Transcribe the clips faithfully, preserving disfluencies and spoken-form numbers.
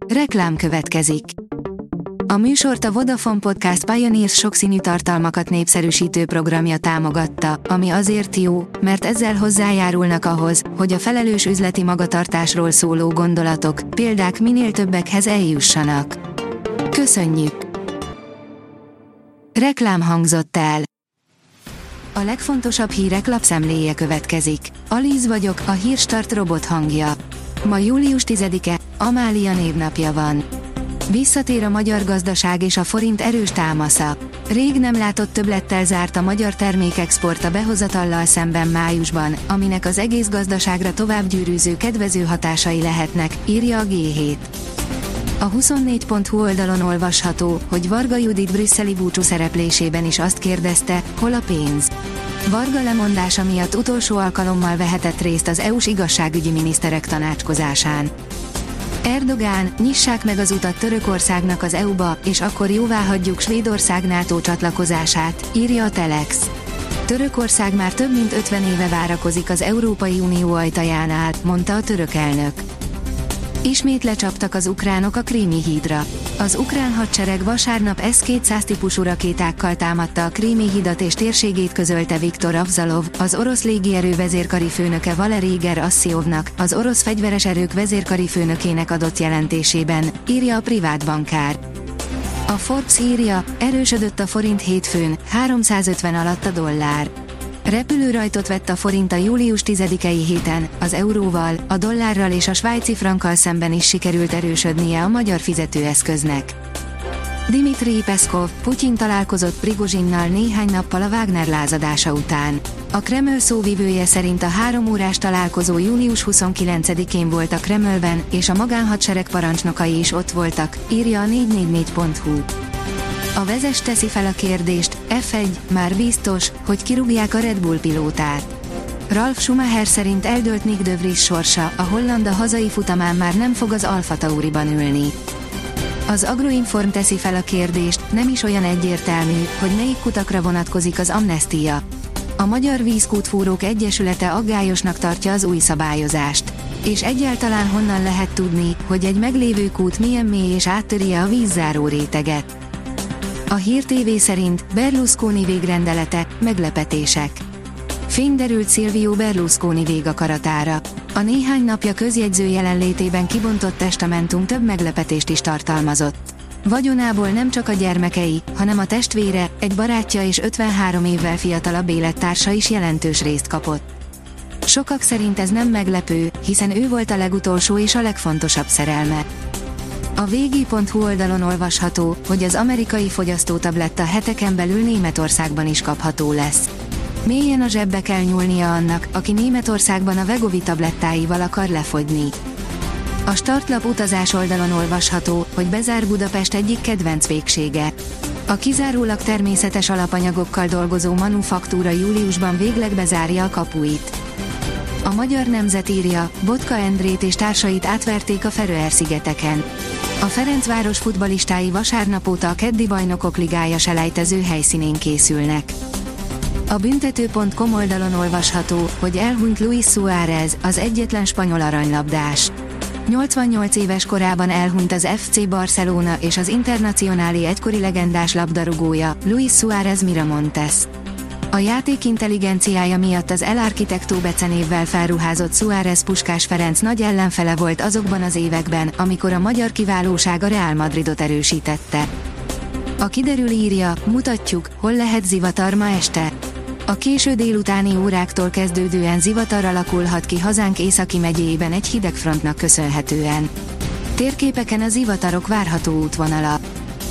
Reklám következik. A műsort a Vodafone Podcast Pioneers sokszínű tartalmakat népszerűsítő programja támogatta, ami azért jó, mert ezzel hozzájárulnak ahhoz, hogy a felelős üzleti magatartásról szóló gondolatok, példák minél többekhez eljussanak. Köszönjük! Reklám hangzott el. A legfontosabb hírek lapszemléje következik. Alíz vagyok, a Hírstart robot hangja. Ma július tizedike, Amália névnapja van. Visszatér a magyar gazdaság és a forint erős támasza. Rég nem látott többlettel zárt a magyar termékexport a behozatallal szemben májusban, aminek az egész gazdaságra továbbgyűrűző kedvező hatásai lehetnek, írja a gé hét. A huszonnégy pont hu oldalon olvasható, hogy Varga Judit brüsszeli búcsú szereplésében is azt kérdezte, hol a pénz. Varga lemondása miatt utolsó alkalommal vehetett részt az é u-s igazságügyi miniszterek tanácskozásán. Erdogán, nyissák meg az utat Törökországnak az é u-ba, és akkor jóváhagyjuk Svédország NATO csatlakozását, írja a Telex. Törökország már több mint ötven éve várakozik az Európai Unió ajtajánál, mondta a török elnök. Ismét lecsaptak az ukránok a Krími hídra. Az ukrán hadsereg vasárnap es kétszáz típusú rakétákkal támadta a Krími hídat és térségét, közölte Viktor Avzalov, az orosz légierő vezérkari főnöke Valerij Gerasyovnak, az orosz fegyveres erők vezérkari főnökének adott jelentésében, írja a privát bankár. A Forbes írja, erősödött a forint hétfőn, háromszázötven alatt a dollár. Repülőrajtot vett a forint a július tizedikei héten, az euróval, a dollárral és a svájci frankkal szemben is sikerült erősödnie a magyar fizetőeszköznek. Dmitrij Peszkov, Putyin találkozott Prigozsinnal néhány nappal a Wagner lázadása után. A Kreml szóvivője szerint a három órás találkozó július huszonkilencedikén volt a Kremlben, és a magánhadsereg parancsnokai is ott voltak, írja a négy négy négy pont hu. A Vezes teszi fel a kérdést, ef egy, már biztos, hogy kirúgják a Red Bull pilótát. Ralf Schumacher szerint eldőlt Nick de Vries sorsa, a holland a hazai futamán már nem fog az Alfa Tauriban ülni. Az Agroinform teszi fel a kérdést, nem is olyan egyértelmű, hogy melyik kutakra vonatkozik az amnestia. A Magyar Vízkútfúrók Egyesülete aggályosnak tartja az új szabályozást. És egyáltalán honnan lehet tudni, hogy egy meglévő kút milyen mély és áttöri-e a vízzáró réteget. A Hír té vé szerint Berlusconi végrendelete, meglepetések. Fény derült Silvio Berlusconi végakaratára. A néhány napja közjegyző jelenlétében kibontott testamentum több meglepetést is tartalmazott. Vagyonából nem csak a gyermekei, hanem a testvére, egy barátja és ötvenhárom évvel fiatalabb élettársa is jelentős részt kapott. Sokak szerint ez nem meglepő, hiszen ő volt a legutolsó és a legfontosabb szerelme. A vé gé pont hu oldalon olvasható, hogy az amerikai fogyasztótabletta heteken belül Németországban is kapható lesz. Mélyen a zsebbe kell nyúlnia annak, aki Németországban a Wegovy tablettáival akar lefogyni. A startlap utazás oldalon olvasható, hogy bezár Budapest egyik kedvenc végsége. A kizárólag természetes alapanyagokkal dolgozó manufaktúra júliusban végleg bezárja a kapuit. A Magyar Nemzet írja, Botka Endrét és társait átverték a Feröer-szigeteken. A Ferencváros futballistái vasárnap óta a keddi Bajnokok Ligája selejtező helyszínén készülnek. A büntető pont com oldalon olvasható, hogy elhunyt Luis Suárez, az egyetlen spanyol aranylabdás. nyolcvannyolc éves korában elhunyt az ef cé Barcelona és az Internacionálé egykori legendás labdarúgója, Luis Suárez Miramontes. A játék intelligenciája miatt az El Arquitecto becenévvel felruházott Suárez Puskás Ferenc nagy ellenfele volt azokban az években, amikor a magyar kiválóság a Real Madridot erősítette. A Kiderül írja, mutatjuk, hol lehet zivatar ma este. A késő délutáni óráktól kezdődően zivatar alakulhat ki hazánk északi megyéjében egy hidegfrontnak köszönhetően. Térképeken a zivatarok várható útvonala.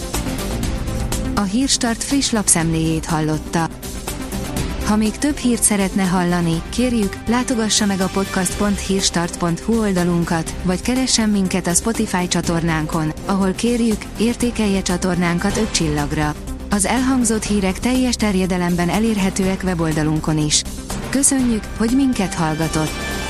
A Hírstart friss lapszemléjét hallotta. Ha még több hírt szeretne hallani, kérjük, látogassa meg a podcast pont hírstart pont hu oldalunkat, vagy keressen minket a Spotify csatornánkon, ahol kérjük, értékelje csatornánkat öt csillagra. Az elhangzott hírek teljes terjedelemben elérhetőek weboldalunkon is. Köszönjük, hogy minket hallgatott!